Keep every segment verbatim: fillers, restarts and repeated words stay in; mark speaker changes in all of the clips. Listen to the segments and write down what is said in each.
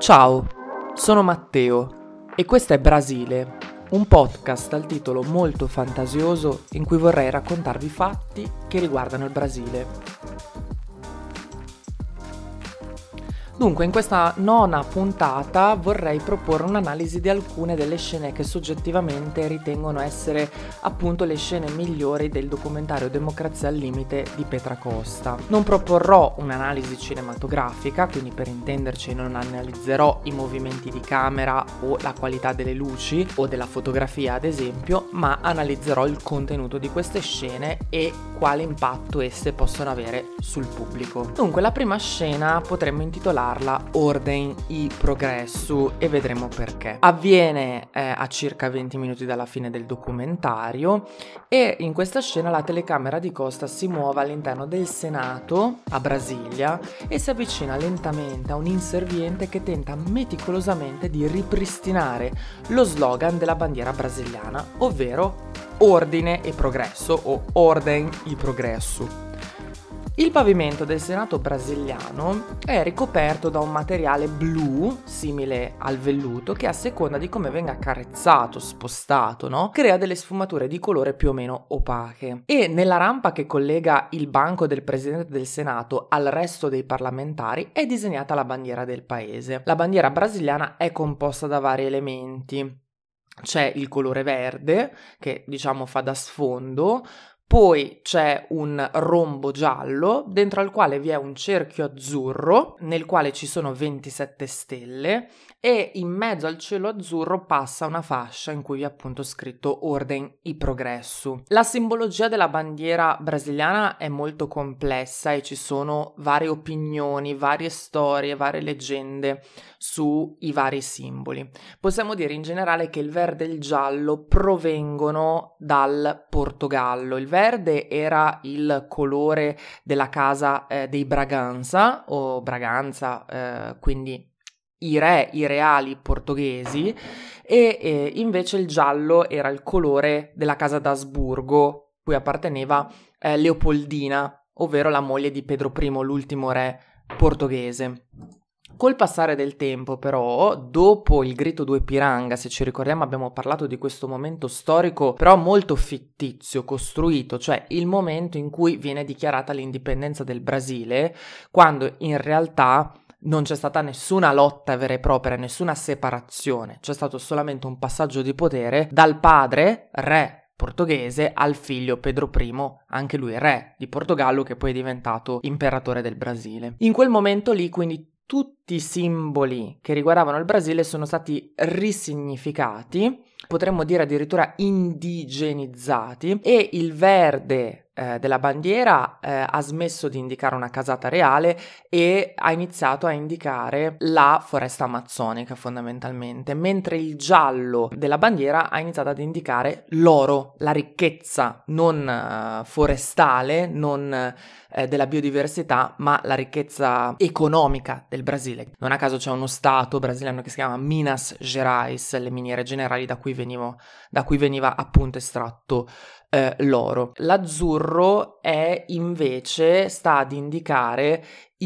Speaker 1: Ciao, sono Matteo e questo è Brasile, un podcast dal titolo molto fantasioso in cui vorrei raccontarvi fatti che riguardano il Brasile. Dunque, in questa nona puntata vorrei proporre un'analisi di alcune delle scene che soggettivamente ritengono essere appunto le scene migliori del documentario Democrazia al limite di Petra Costa. Non proporrò un'analisi cinematografica, quindi per intenderci non analizzerò i movimenti di camera o la qualità delle luci o della fotografia ad esempio, ma analizzerò il contenuto di queste scene e quale impatto esse possono avere sul pubblico. Dunque, la prima scena potremmo intitolarla Ordem e Progresso e vedremo perché. Avviene eh, a circa venti minuti dalla fine del documentario e in questa scena la telecamera di Costa si muove all'interno del Senato a Brasilia e si avvicina lentamente a un inserviente che tenta meticolosamente di ripristinare lo slogan della bandiera brasiliana, ovvero Ordine e Progresso o Ordem e Progresso. Il pavimento del Senato brasiliano è ricoperto da un materiale blu, simile al velluto, che a seconda di come venga accarezzato, spostato, no? Crea delle sfumature di colore più o meno opache. E nella rampa che collega il banco del Presidente del Senato al resto dei parlamentari è disegnata la bandiera del paese. La bandiera brasiliana è composta da vari elementi. C'è il colore verde, che diciamo fa da sfondo. Poi c'è un rombo giallo, dentro al quale vi è un cerchio azzurro, nel quale ci sono ventisette stelle, e in mezzo al cielo azzurro passa una fascia in cui vi è appunto scritto Ordem e Progresso. La simbologia della bandiera brasiliana è molto complessa e ci sono varie opinioni, varie storie, varie leggende sui vari simboli. Possiamo dire in generale che il verde e il giallo provengono dal Portogallo. Il verde era il colore della casa eh, dei Braganza o Braganza, eh, quindi i re, i reali portoghesi, e eh, invece il giallo era il colore della casa d'Asburgo, cui apparteneva eh, Leopoldina, ovvero la moglie di Pedro I, l'ultimo re portoghese. Col passare del tempo, però, dopo il Grito do Ipiranga, se ci ricordiamo abbiamo parlato di questo momento storico, però molto fittizio, costruito, cioè il momento in cui viene dichiarata l'indipendenza del Brasile, quando in realtà non c'è stata nessuna lotta vera e propria, nessuna separazione, c'è stato solamente un passaggio di potere dal padre, re portoghese, al figlio Pedro I, anche lui re di Portogallo, che poi è diventato imperatore del Brasile. In quel momento lì, quindi, tutti i simboli che riguardavano il Brasile sono stati risignificati, potremmo dire addirittura indigenizzati, e il verde eh, della bandiera eh, ha smesso di indicare una casata reale e ha iniziato a indicare la foresta amazzonica fondamentalmente, mentre il giallo della bandiera ha iniziato ad indicare l'oro, la ricchezza non uh, forestale, non uh, della biodiversità, ma la ricchezza economica del Brasile. Non a caso c'è uno stato brasiliano che si chiama Minas Gerais, le miniere generali da cui, venivo, da cui veniva appunto estratto eh, l'oro. L'azzurro è invece, sta ad indicare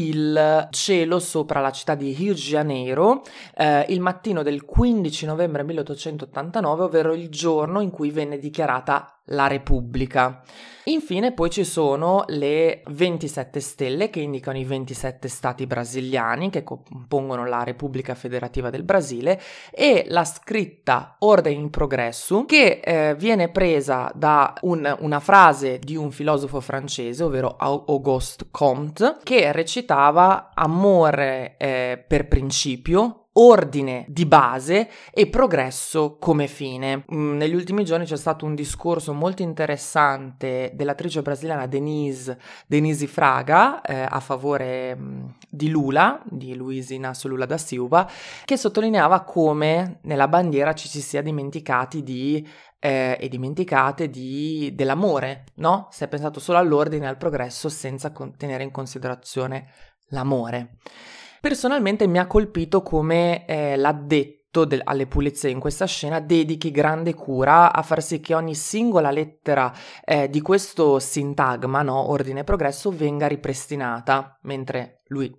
Speaker 1: il cielo sopra la città di Rio de Janeiro eh, il mattino del quindici novembre milleottocentottantanove, ovvero il giorno in cui venne dichiarata la Repubblica. Infine poi ci sono le ventisette stelle che indicano i ventisette stati brasiliani che compongono la Repubblica Federativa del Brasile, e la scritta Ordem e Progresso che eh, viene presa da un, una frase di un filosofo francese, ovvero Auguste Comte, che recitava amore eh, per principio, ordine di base e progresso come fine. Mm, negli ultimi giorni c'è stato un discorso molto interessante dell'attrice brasiliana Denise, Denise Fraga eh, a favore mh, di Lula, di Luiz Inácio Lula da Silva, che sottolineava come nella bandiera ci si sia dimenticati di eh, e dimenticate di, dell'amore, no? Si è pensato solo all'ordine e al progresso senza con- tenere in considerazione l'amore. Personalmente mi ha colpito come eh, l'addetto del, alle pulizie in questa scena dedichi grande cura a far sì che ogni singola lettera eh, di questo sintagma, no, ordine e progresso, venga ripristinata, mentre lui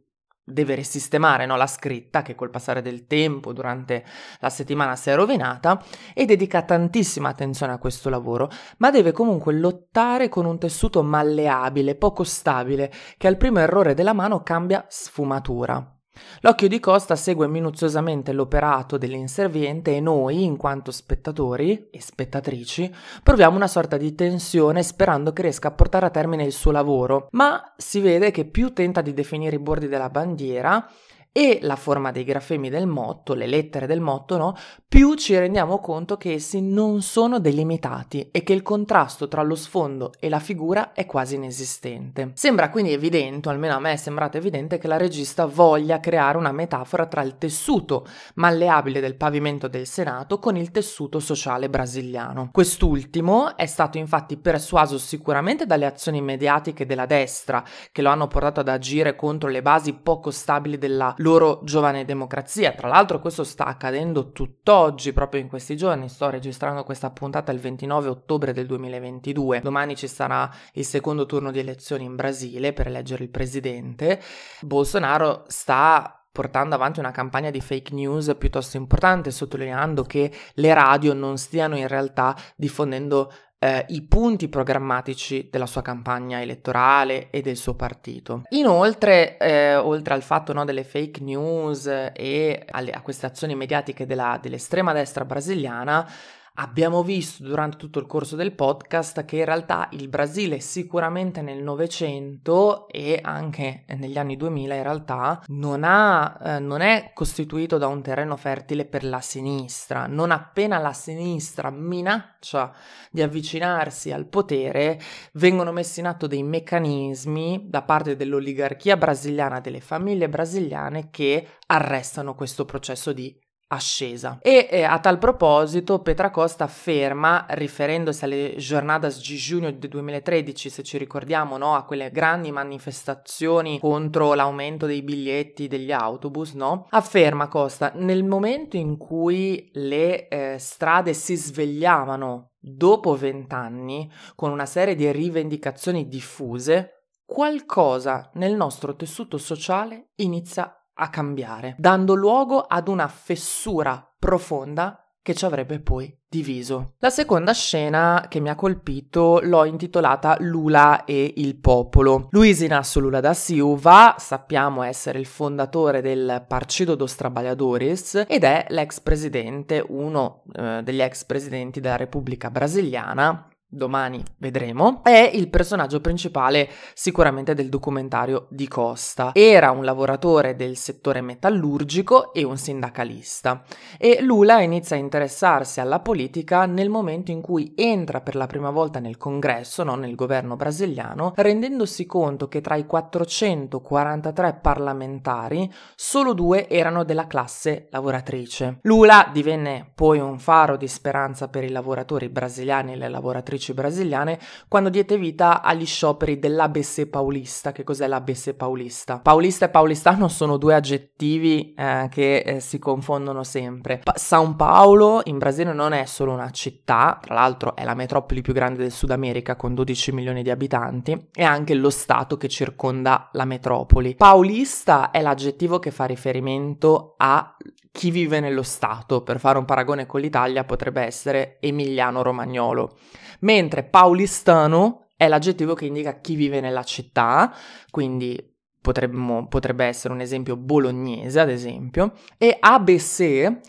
Speaker 1: deve risistemare, no, la scritta che col passare del tempo durante la settimana si è rovinata, e dedica tantissima attenzione a questo lavoro, ma deve comunque lottare con un tessuto malleabile, poco stabile, che al primo errore della mano cambia sfumatura. L'occhio di Costa segue minuziosamente l'operato dell'inserviente e noi, in quanto spettatori e spettatrici, proviamo una sorta di tensione sperando che riesca a portare a termine il suo lavoro, ma si vede che più tenta di definire i bordi della bandiera e la forma dei grafemi del motto, le lettere del motto, no? Più ci rendiamo conto che essi non sono delimitati e che il contrasto tra lo sfondo e la figura è quasi inesistente. Sembra quindi evidente, o almeno a me è sembrato evidente, che la regista voglia creare una metafora tra il tessuto malleabile del pavimento del Senato con il tessuto sociale brasiliano. Quest'ultimo è stato infatti persuaso sicuramente dalle azioni mediatiche della destra, che lo hanno portato ad agire contro le basi poco stabili della loro giovane democrazia. Tra l'altro questo sta accadendo tutt'oggi, proprio in questi giorni. Sto registrando questa puntata il ventinove ottobre del duemilaventidue. Domani ci sarà il secondo turno di elezioni in Brasile per eleggere il presidente. Bolsonaro sta portando avanti una campagna di fake news piuttosto importante, sottolineando che le radio non stiano in realtà diffondendo Eh, i punti programmatici della sua campagna elettorale e del suo partito. Inoltre, eh, oltre al fatto, no, delle fake news e alle, a queste azioni mediatiche della, dell'estrema destra brasiliana, abbiamo visto durante tutto il corso del podcast che in realtà il Brasile sicuramente nel Novecento e anche negli anni duemila in realtà non, ha, eh, non è costituito da un terreno fertile per la sinistra. Non appena la sinistra minaccia di avvicinarsi al potere, vengono messi in atto dei meccanismi da parte dell'oligarchia brasiliana, delle famiglie brasiliane, che arrestano questo processo di ascesa. E eh, a tal proposito Petra Costa afferma, riferendosi alle Jornadas di giugno del duemilatredici, se ci ricordiamo, no, a quelle grandi manifestazioni contro l'aumento dei biglietti degli autobus, no? Afferma Costa: nel momento in cui le eh, strade si svegliavano dopo vent'anni con una serie di rivendicazioni diffuse, qualcosa nel nostro tessuto sociale inizia a cambiare, dando luogo ad una fessura profonda che ci avrebbe poi diviso. La seconda scena che mi ha colpito l'ho intitolata Lula e il popolo. Luiz Inácio Lula da Silva sappiamo essere il fondatore del Partido dos Trabalhadores ed è l'ex presidente, uno eh, degli ex presidenti della Repubblica Brasiliana. Domani vedremo. È il personaggio principale sicuramente del documentario di Costa. Era un lavoratore del settore metallurgico e un sindacalista, e Lula inizia a interessarsi alla politica nel momento in cui entra per la prima volta nel congresso, no, nel governo brasiliano, rendendosi conto che tra i quattrocentoquarantatré parlamentari solo due erano della classe lavoratrice. Lula divenne poi un faro di speranza per i lavoratori brasiliani e le lavoratrici brasiliane quando diede vita agli scioperi dell'A B C Paulista. Che cos'è l'A B C Paulista? Paulista e paulistano sono due aggettivi eh, che eh, si confondono sempre. Pa- São Paulo in Brasile non è solo una città, tra l'altro è la metropoli più grande del Sud America con dodici milioni di abitanti, è anche lo stato che circonda la metropoli. Paulista è l'aggettivo che fa riferimento a chi vive nello stato. Per fare un paragone con l'Italia potrebbe essere emiliano-romagnolo, mentre paulistano è l'aggettivo che indica chi vive nella città, quindi potremmo, potrebbe essere un esempio bolognese ad esempio, e A B C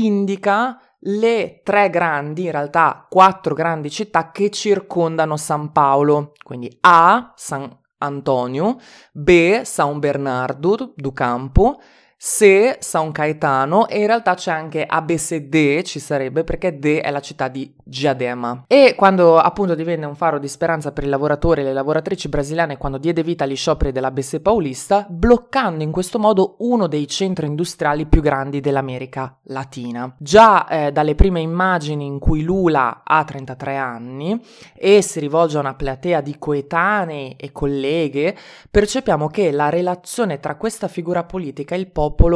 Speaker 1: indica le tre grandi, in realtà quattro grandi città che circondano San Paolo, quindi A, San Antonio, B, San Bernardo do Campo, C, San Caetano, e in realtà c'è anche A B C D, ci sarebbe, perché D è la città di Diadema. E quando appunto divenne un faro di speranza per i lavoratori e le lavoratrici brasiliane, quando diede vita agli scioperi dell'A B C Paulista, bloccando in questo modo uno dei centri industriali più grandi dell'America Latina. Già eh, dalle prime immagini in cui Lula ha trentatré anni e si rivolge a una platea di coetanei e colleghe, percepiamo che la relazione tra questa figura politica e il popolo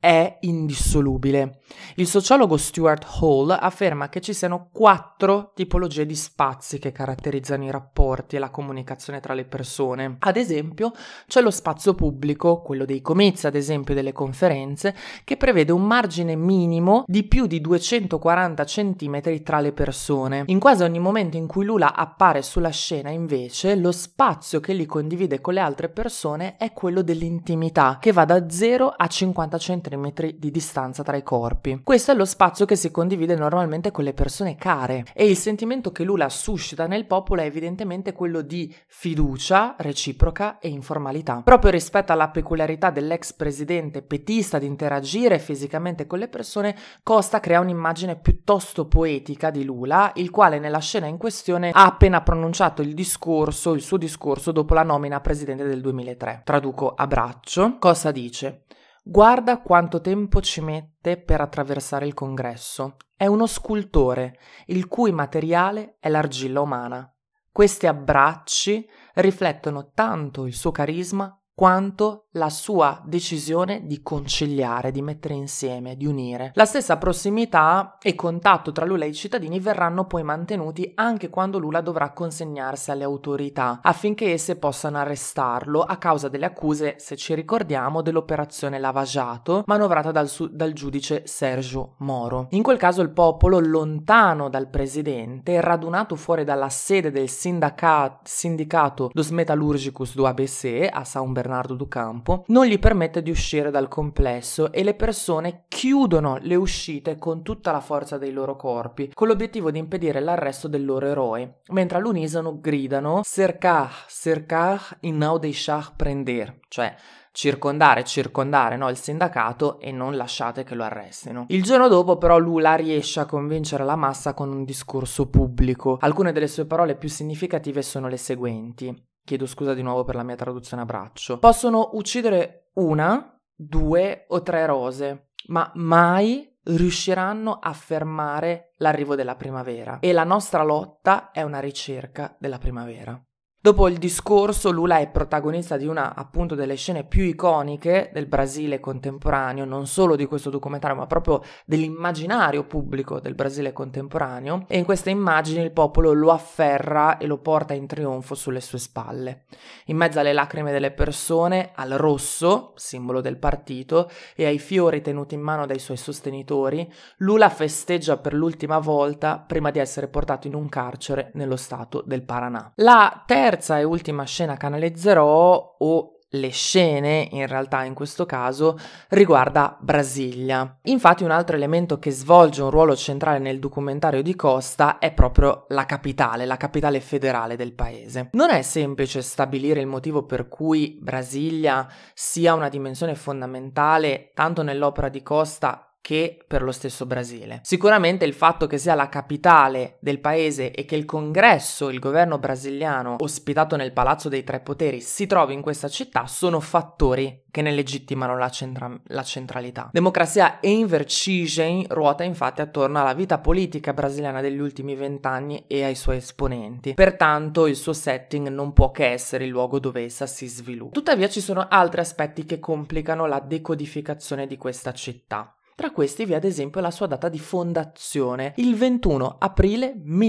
Speaker 1: è indissolubile. Il sociologo Stuart Hall afferma che ci siano quattro tipologie di spazi che caratterizzano i rapporti e la comunicazione tra le persone. Ad esempio, c'è lo spazio pubblico, quello dei comizi, ad esempio delle conferenze, che prevede un margine minimo di più di duecentoquaranta centimetri tra le persone. In quasi ogni momento in cui Lula appare sulla scena, invece, lo spazio che li condivide con le altre persone è quello dell'intimità, che va da zero a cinquanta centimetri di distanza tra i corpi. Questo è lo spazio che si condivide normalmente con le persone care e il sentimento che Lula suscita nel popolo è evidentemente quello di fiducia reciproca e informalità. Proprio rispetto alla peculiarità dell'ex presidente petista di interagire fisicamente con le persone, Costa crea un'immagine piuttosto poetica di Lula, il quale nella scena in questione ha appena pronunciato il discorso, il suo discorso dopo la nomina a presidente del duemilatré. Traduco a braccio. Costa dice: guarda quanto tempo ci mette per attraversare il congresso. È uno scultore, il cui materiale è l'argilla umana. Questi abbracci riflettono tanto il suo carisma quanto la sua decisione di conciliare, di mettere insieme, di unire. La stessa prossimità e contatto tra Lula e i cittadini verranno poi mantenuti anche quando Lula dovrà consegnarsi alle autorità, affinché esse possano arrestarlo a causa delle accuse, se ci ricordiamo, dell'operazione Lavajato, manovrata dal, su- dal giudice Sergio Moro. In quel caso il popolo, lontano dal presidente, radunato fuori dalla sede del sindaca- sindicato dos Metalurgicus do A B C a São Bernardo do Campo, non gli permette di uscire dal complesso e le persone chiudono le uscite con tutta la forza dei loro corpi, con l'obiettivo di impedire l'arresto del loro eroe, mentre all'unisono gridano cercar, cercar e não deixar prender, cioè circondare, circondare no, il sindacato e non lasciate che lo arrestino. Il giorno dopo però Lula riesce a convincere la massa con un discorso pubblico. Alcune delle sue parole più significative sono le seguenti. Chiedo scusa di nuovo per la mia traduzione a braccio. Possono uccidere una, due o tre rose, ma mai riusciranno a fermare l'arrivo della primavera. E la nostra lotta è una ricerca della primavera. Dopo il discorso, Lula è protagonista di una, appunto, delle scene più iconiche del Brasile contemporaneo, non solo di questo documentario, ma proprio dell'immaginario pubblico del Brasile contemporaneo, e in queste immagini il popolo lo afferra e lo porta in trionfo sulle sue spalle. In mezzo alle lacrime delle persone, al rosso, simbolo del partito, e ai fiori tenuti in mano dai suoi sostenitori, Lula festeggia per l'ultima volta prima di essere portato in un carcere nello stato del Paraná. La terza Terza e ultima scena che analizzerò, o le scene in realtà in questo caso, riguarda Brasilia. Infatti un altro elemento che svolge un ruolo centrale nel documentario di Costa è proprio la capitale, la capitale federale del paese. Non è semplice stabilire il motivo per cui Brasilia sia una dimensione fondamentale tanto nell'opera di Costa che per lo stesso Brasile. Sicuramente il fatto che sia la capitale del paese e che il congresso, il governo brasiliano, ospitato nel Palazzo dei Tre Poteri, si trovi in questa città sono fattori che ne legittimano la, centra- la centralità. Democrazia em vertigem ruota infatti attorno alla vita politica brasiliana degli ultimi vent'anni e ai suoi esponenti. Pertanto il suo setting non può che essere il luogo dove essa si sviluppa. Tuttavia ci sono altri aspetti che complicano la decodificazione di questa città. Tra questi vi è ad esempio la sua data di fondazione, il ventuno aprile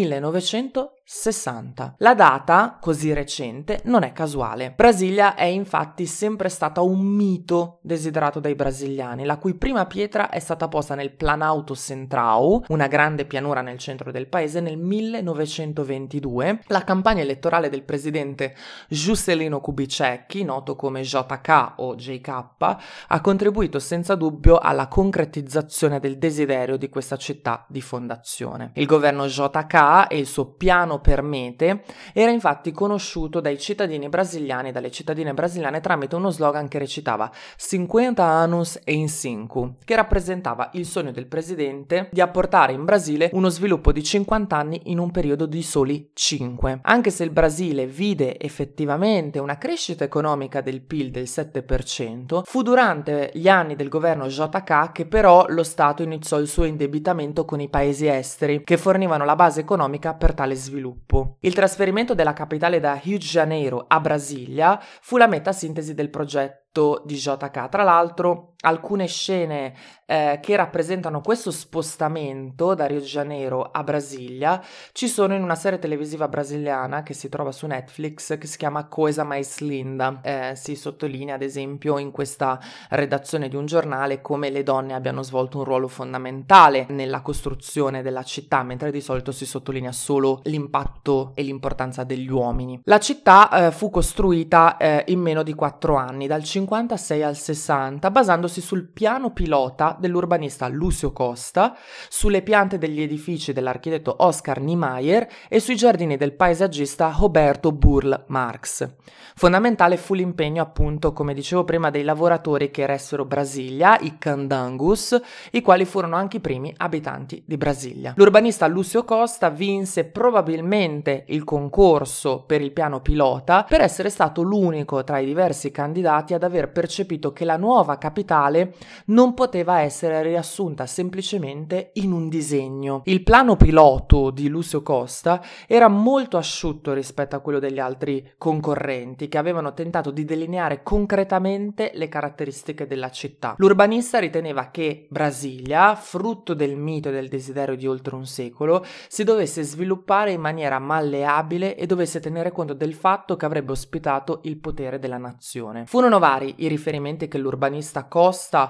Speaker 1: millenovecentosessanta. La data, così recente, non è casuale. Brasilia è infatti sempre stata un mito desiderato dai brasiliani, la cui prima pietra è stata posta nel Planalto Central, una grande pianura nel centro del paese, nel millenovecentoventidue. La campagna elettorale del presidente Juscelino Kubitschek, noto come J K o J K, ha contribuito senza dubbio alla concretizzazione del desiderio di questa città di fondazione. Il governo J K e il suo piano per mete era infatti conosciuto dai cittadini brasiliani e dalle cittadine brasiliane tramite uno slogan che recitava cinquanta anos em cinco, che rappresentava il sogno del presidente di apportare in Brasile uno sviluppo di cinquanta anni in un periodo di soli cinque. Anche se il Brasile vide effettivamente una crescita economica del P I L del sette per cento, fu durante gli anni del governo J K che però lo Stato iniziò il suo indebitamento con i paesi esteri che fornivano la base economica per tale sviluppo. Il trasferimento della capitale da Rio de Janeiro a Brasilia fu la meta sintesi del progetto scritto di J K. Tra l'altro alcune scene eh, che rappresentano questo spostamento da Rio de Janeiro a Brasilia ci sono in una serie televisiva brasiliana che si trova su Netflix, che si chiama Coisa Mais Linda. Eh, si sottolinea ad esempio in questa redazione di un giornale come le donne abbiano svolto un ruolo fondamentale nella costruzione della città, mentre di solito si sottolinea solo l'impatto e l'importanza degli uomini. La città eh, fu costruita eh, in meno di quattro anni, dal cinquantasei al sessanta, basandosi sul piano pilota dell'urbanista Lúcio Costa, sulle piante degli edifici dell'architetto Oscar Niemeyer e sui giardini del paesaggista Roberto Burle Marx. Fondamentale fu l'impegno, appunto, come dicevo prima, dei lavoratori che eressero Brasilia, i Candangos, i quali furono anche i primi abitanti di Brasilia. L'urbanista Lúcio Costa vinse probabilmente il concorso per il piano pilota per essere stato l'unico tra i diversi candidati ad aver percepito che la nuova capitale non poteva essere riassunta semplicemente in un disegno. Il piano piloto di Lúcio Costa era molto asciutto rispetto a quello degli altri concorrenti, che avevano tentato di delineare concretamente le caratteristiche della città. L'urbanista riteneva che Brasilia, frutto del mito e del desiderio di oltre un secolo, si dovesse sviluppare in maniera malleabile e dovesse tenere conto del fatto che avrebbe ospitato il potere della nazione. Furono vari i riferimenti che l'urbanista Costa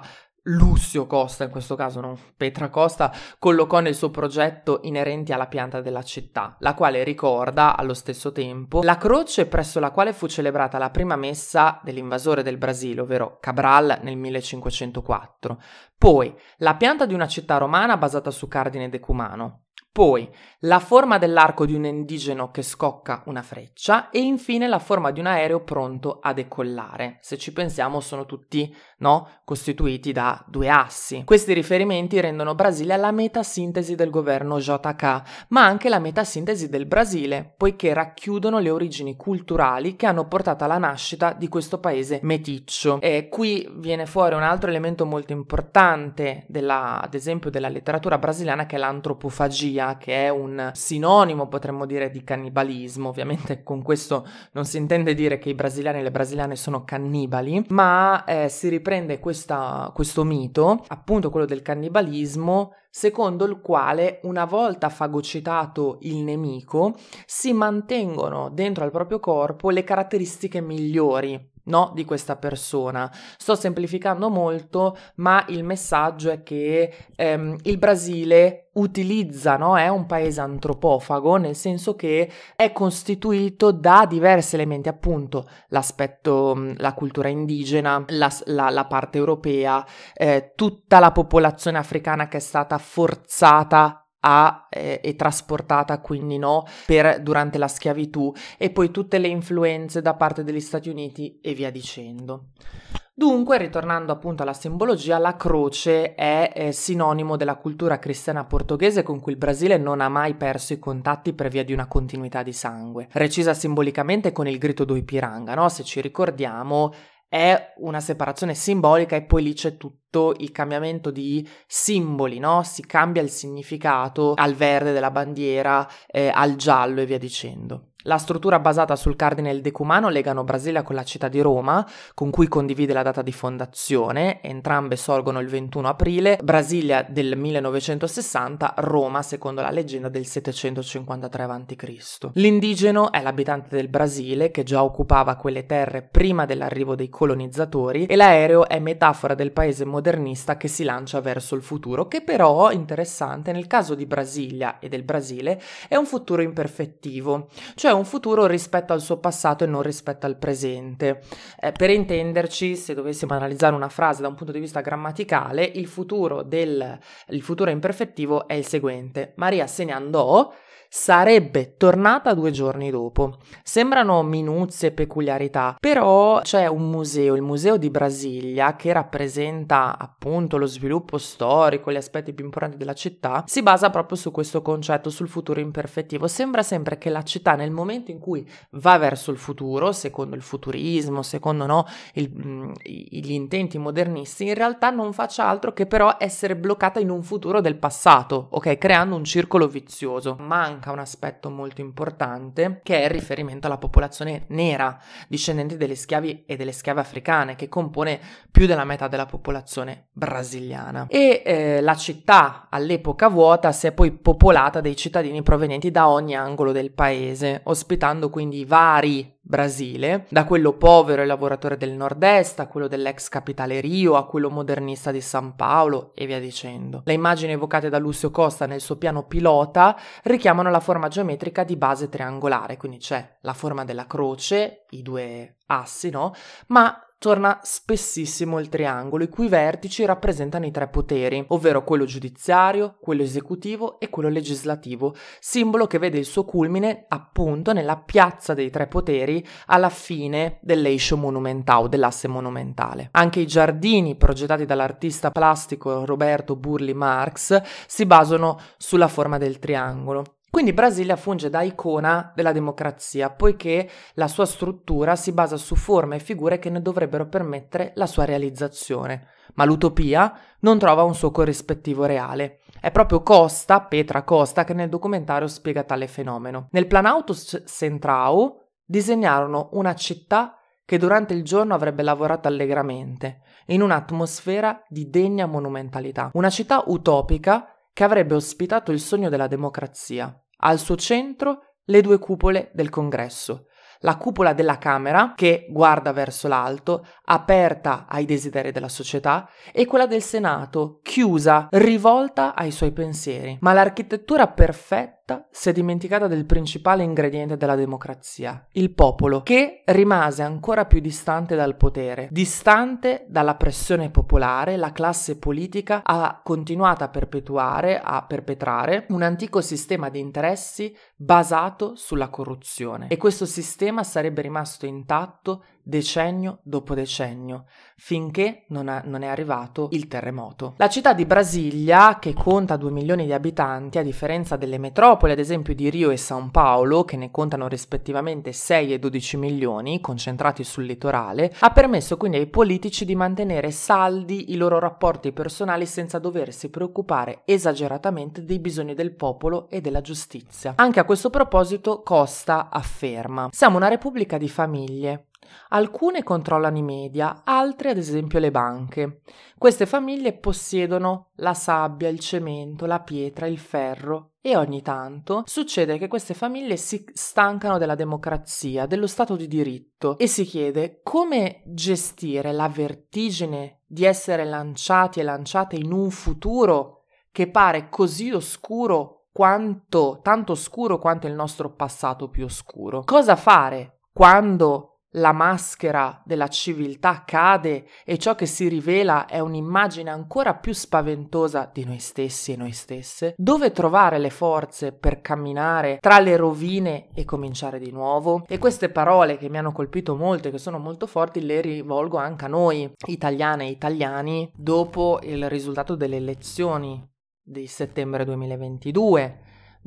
Speaker 1: Lúcio Costa, in questo caso non Petra Costa, collocò nel suo progetto inerenti alla pianta della città, la quale ricorda allo stesso tempo la croce presso la quale fu celebrata la prima messa dell'invasore del Brasile, ovvero Cabral, nel millecinquecentoquattro, poi la pianta di una città romana basata su cardine decumano, poi la forma dell'arco di un indigeno che scocca una freccia e infine la forma di un aereo pronto a decollare. Se ci pensiamo sono tutti, no, costituiti da due assi. Questi riferimenti rendono Brasilia la metasintesi del governo J K, ma anche la metasintesi del Brasile, poiché racchiudono le origini culturali che hanno portato alla nascita di questo paese meticcio. E qui viene fuori un altro elemento molto importante della, ad esempio, della letteratura brasiliana, che è l'antropofagia, che è un sinonimo, potremmo dire, di cannibalismo. Ovviamente con questo non si intende dire che i brasiliani e le brasiliane sono cannibali, ma eh, si riprende questa, questo mito, appunto quello del cannibalismo, secondo il quale una volta fagocitato il nemico si mantengono dentro al proprio corpo le caratteristiche migliori, no, di questa persona. Sto semplificando molto, ma il messaggio è che ehm, il Brasile utilizza, no, è un paese antropofago, nel senso che è costituito da diversi elementi, appunto l'aspetto, la cultura indigena, la, la, la parte europea, eh, tutta la popolazione africana che è stata forzata a, eh, e trasportata quindi no per durante la schiavitù, e poi tutte le influenze da parte degli Stati Uniti e via dicendo. Dunque, ritornando appunto alla simbologia, la croce è eh, sinonimo della cultura cristiana portoghese con cui il Brasile non ha mai perso i contatti per via di una continuità di sangue, recisa simbolicamente con il grito do Ipiranga, no? Se ci ricordiamo, è una separazione simbolica e poi lì c'è tutto il cambiamento di simboli, no? Si cambia il significato al verde della bandiera, eh, al giallo e via dicendo. La struttura basata sul cardine del decumano legano Brasilia con la città di Roma, con cui condivide la data di fondazione. Entrambe sorgono il ventuno aprile, Brasilia del millenovecentosessanta, Roma, secondo la leggenda, del settecentocinquantatré avanti Cristo L'indigeno è l'abitante del Brasile che già occupava quelle terre prima dell'arrivo dei colonizzatori, e l'aereo è metafora del paese modernista che si lancia verso il futuro, che però, interessante, nel caso di Brasilia e del Brasile è un futuro imperfettivo, cioè un futuro rispetto al suo passato e non rispetto al presente. Eh, per intenderci, se dovessimo analizzare una frase da un punto di vista grammaticale, il futuro del il futuro imperfettivo è il seguente: Maria se ne andò, sarebbe tornata due giorni dopo. Sembrano minuzie e peculiarità, però c'è un museo, il Museo di Brasilia, che rappresenta appunto lo sviluppo storico, gli aspetti più importanti della città, si basa proprio su questo concetto, sul futuro imperfettivo. Sembra sempre che la città, nel momento in cui va verso il futuro, secondo il futurismo, secondo no, il, mh, gli intenti modernisti, in realtà non faccia altro che però essere bloccata in un futuro del passato, ok? Creando un circolo vizioso. Manca manca un aspetto molto importante, che è il riferimento alla popolazione nera, discendenti degli schiavi e delle schiave africane, che compone più della metà della popolazione brasiliana. E eh, la città, all'epoca vuota, si è poi popolata dei cittadini provenienti da ogni angolo del paese, ospitando quindi vari Brasile, da quello povero e lavoratore del nord-est a quello dell'ex capitale Rio, a quello modernista di San Paolo e via dicendo. Le immagini evocate da Lúcio Costa nel suo piano pilota richiamano la forma geometrica di base triangolare, quindi c'è la forma della croce, i due assi, no? Ma torna spessissimo il triangolo, i cui vertici rappresentano i tre poteri, ovvero quello giudiziario, quello esecutivo e quello legislativo, simbolo che vede il suo culmine appunto nella piazza dei tre poteri alla fine dell'eixo monumentale, dell'asse monumentale. Anche i giardini progettati dall'artista plastico Roberto Burle Marx si basano sulla forma del triangolo. Quindi Brasilia funge da icona della democrazia, poiché la sua struttura si basa su forme e figure che ne dovrebbero permettere la sua realizzazione. Ma l'utopia non trova un suo corrispettivo reale. È proprio Costa, Petra Costa, che nel documentario spiega tale fenomeno. Nel Planalto Central disegnarono una città che durante il giorno avrebbe lavorato allegramente, in un'atmosfera di degna monumentalità. Una città utopica che avrebbe ospitato il sogno della democrazia. Al suo centro le due cupole del Congresso, la cupola della Camera, che guarda verso l'alto, aperta ai desideri della società, e quella del Senato, chiusa, rivolta ai suoi pensieri. Ma l'architettura perfetta si è dimenticata del principale ingrediente della democrazia, il popolo, che rimase ancora più distante dal potere. Distante dalla pressione popolare, la classe politica ha continuato a perpetuare, a perpetrare un antico sistema di interessi basato sulla corruzione. E questo sistema sarebbe rimasto intatto decennio dopo decennio, finché non, ha, non è arrivato il terremoto. La città di Brasilia, che conta due milioni di abitanti, a differenza delle metropoli, ad esempio di Rio e San Paolo, che ne contano rispettivamente sei e dodici milioni, concentrati sul litorale, ha permesso quindi ai politici di mantenere saldi i loro rapporti personali senza doversi preoccupare esageratamente dei bisogni del popolo e della giustizia. Anche a questo proposito Costa afferma: siamo una repubblica di famiglie. Alcune controllano i media, altre ad esempio le banche. Queste famiglie possiedono la sabbia, il cemento, la pietra, il ferro e ogni tanto succede che queste famiglie si stancano della democrazia, dello Stato di diritto e si chiede come gestire la vertigine di essere lanciati e lanciate in un futuro che pare così oscuro quanto, tanto oscuro quanto il nostro passato più oscuro. Cosa fare quando la maschera della civiltà cade e ciò che si rivela è un'immagine ancora più spaventosa di noi stessi e noi stesse? Dove trovare le forze per camminare tra le rovine e cominciare di nuovo? E queste parole che mi hanno colpito molto e che sono molto forti le rivolgo anche a noi, italiane e italiani, dopo il risultato delle elezioni di settembre duemilaventidue,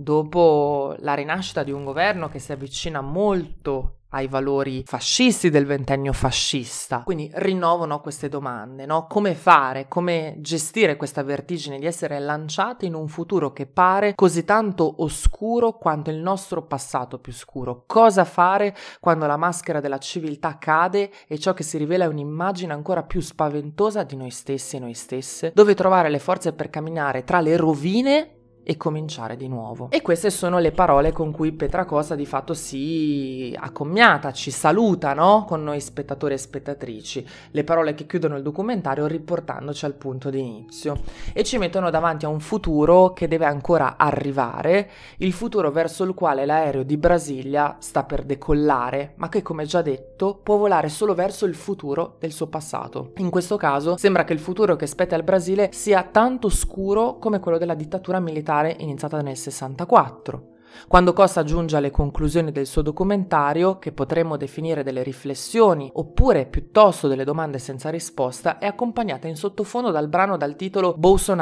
Speaker 1: dopo la rinascita di un governo che si avvicina molto ai valori fascisti del ventennio fascista. Quindi rinnovano queste domande, no? Come fare, come gestire questa vertigine di essere lanciati in un futuro che pare così tanto oscuro quanto il nostro passato più scuro? Cosa fare quando la maschera della civiltà cade e ciò che si rivela è un'immagine ancora più spaventosa di noi stessi e noi stesse? Dove trovare le forze per camminare tra le rovine e cominciare di nuovo. E queste sono le parole con cui Petra Costa di fatto si accomiata, ci saluta, no? Con noi spettatori e spettatrici, le parole che chiudono il documentario riportandoci al punto di inizio e ci mettono davanti a un futuro che deve ancora arrivare, il futuro verso il quale l'aereo di Brasilia sta per decollare, ma che, come già detto, può volare solo verso il futuro del suo passato. In questo caso sembra che il futuro che spetta al Brasile sia tanto scuro come quello della dittatura militare iniziata nel sessantaquattro. Quando Costa giunge alle conclusioni del suo documentario, che potremmo definire delle riflessioni oppure piuttosto delle domande senza risposta, è accompagnata in sottofondo dal brano dal titolo Bolsonaro,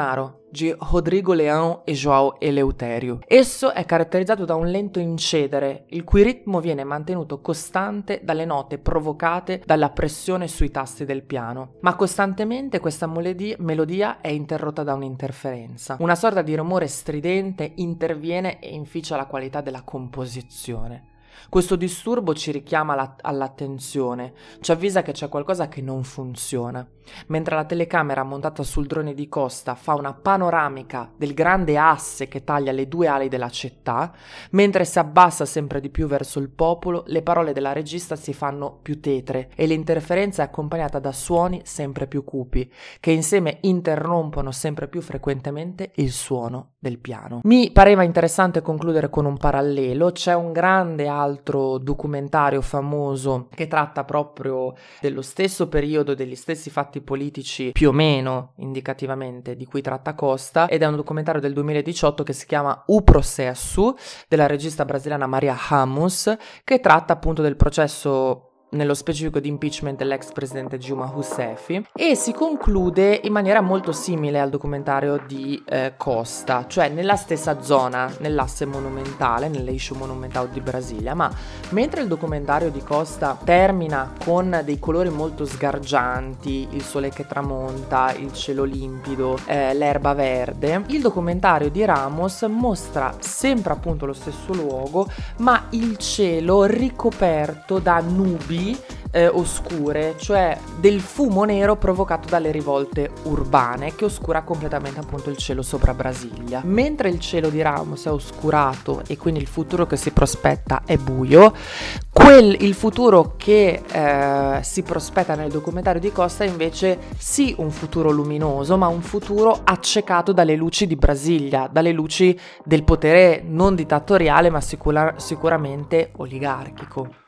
Speaker 1: di Rodrigo Leão e João Eleutério. Esso è caratterizzato da un lento incedere, il cui ritmo viene mantenuto costante dalle note provocate dalla pressione sui tasti del piano, ma costantemente questa melodi- melodia è interrotta da un'interferenza. Una sorta di rumore stridente interviene e inficia la qualità della composizione. Questo disturbo ci richiama la- all'attenzione, ci avvisa che c'è qualcosa che non funziona. Mentre la telecamera montata sul drone di Costa fa una panoramica del grande asse che taglia le due ali della città, mentre si abbassa sempre di più verso il popolo, le parole della regista si fanno più tetre e l'interferenza è accompagnata da suoni sempre più cupi, che insieme interrompono sempre più frequentemente il suono del piano. Mi pareva interessante concludere con un parallelo. C'è un grande altro documentario famoso che tratta proprio dello stesso periodo, degli stessi fatti politici più o meno indicativamente di cui tratta Costa, ed è un documentario del duemiladiciotto che si chiama O Processo, della regista brasiliana Maria Ramos, che tratta appunto del processo nello specifico di impeachment dell'ex presidente Dilma Rousseff, e si conclude in maniera molto simile al documentario di eh, Costa, cioè nella stessa zona, nell'asse monumentale, nell'eixo monumentale di Brasilia, ma mentre il documentario di Costa termina con dei colori molto sgargianti, il sole che tramonta, il cielo limpido, eh, l'erba verde, il documentario di Ramos mostra sempre appunto lo stesso luogo, ma il cielo ricoperto da nubi Eh, oscure, cioè del fumo nero provocato dalle rivolte urbane che oscura completamente appunto il cielo sopra Brasilia. Mentre il cielo di Ramos è oscurato e quindi il futuro che si prospetta è buio, quel, il futuro che eh, si prospetta nel documentario di Costa è invece sì un futuro luminoso, ma un futuro accecato dalle luci di Brasilia, dalle luci del potere non dittatoriale ma sicura, sicuramente oligarchico.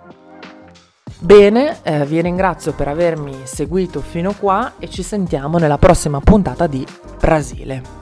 Speaker 1: Bene, eh, vi ringrazio per avermi seguito fino qua e ci sentiamo nella prossima puntata di Brasile.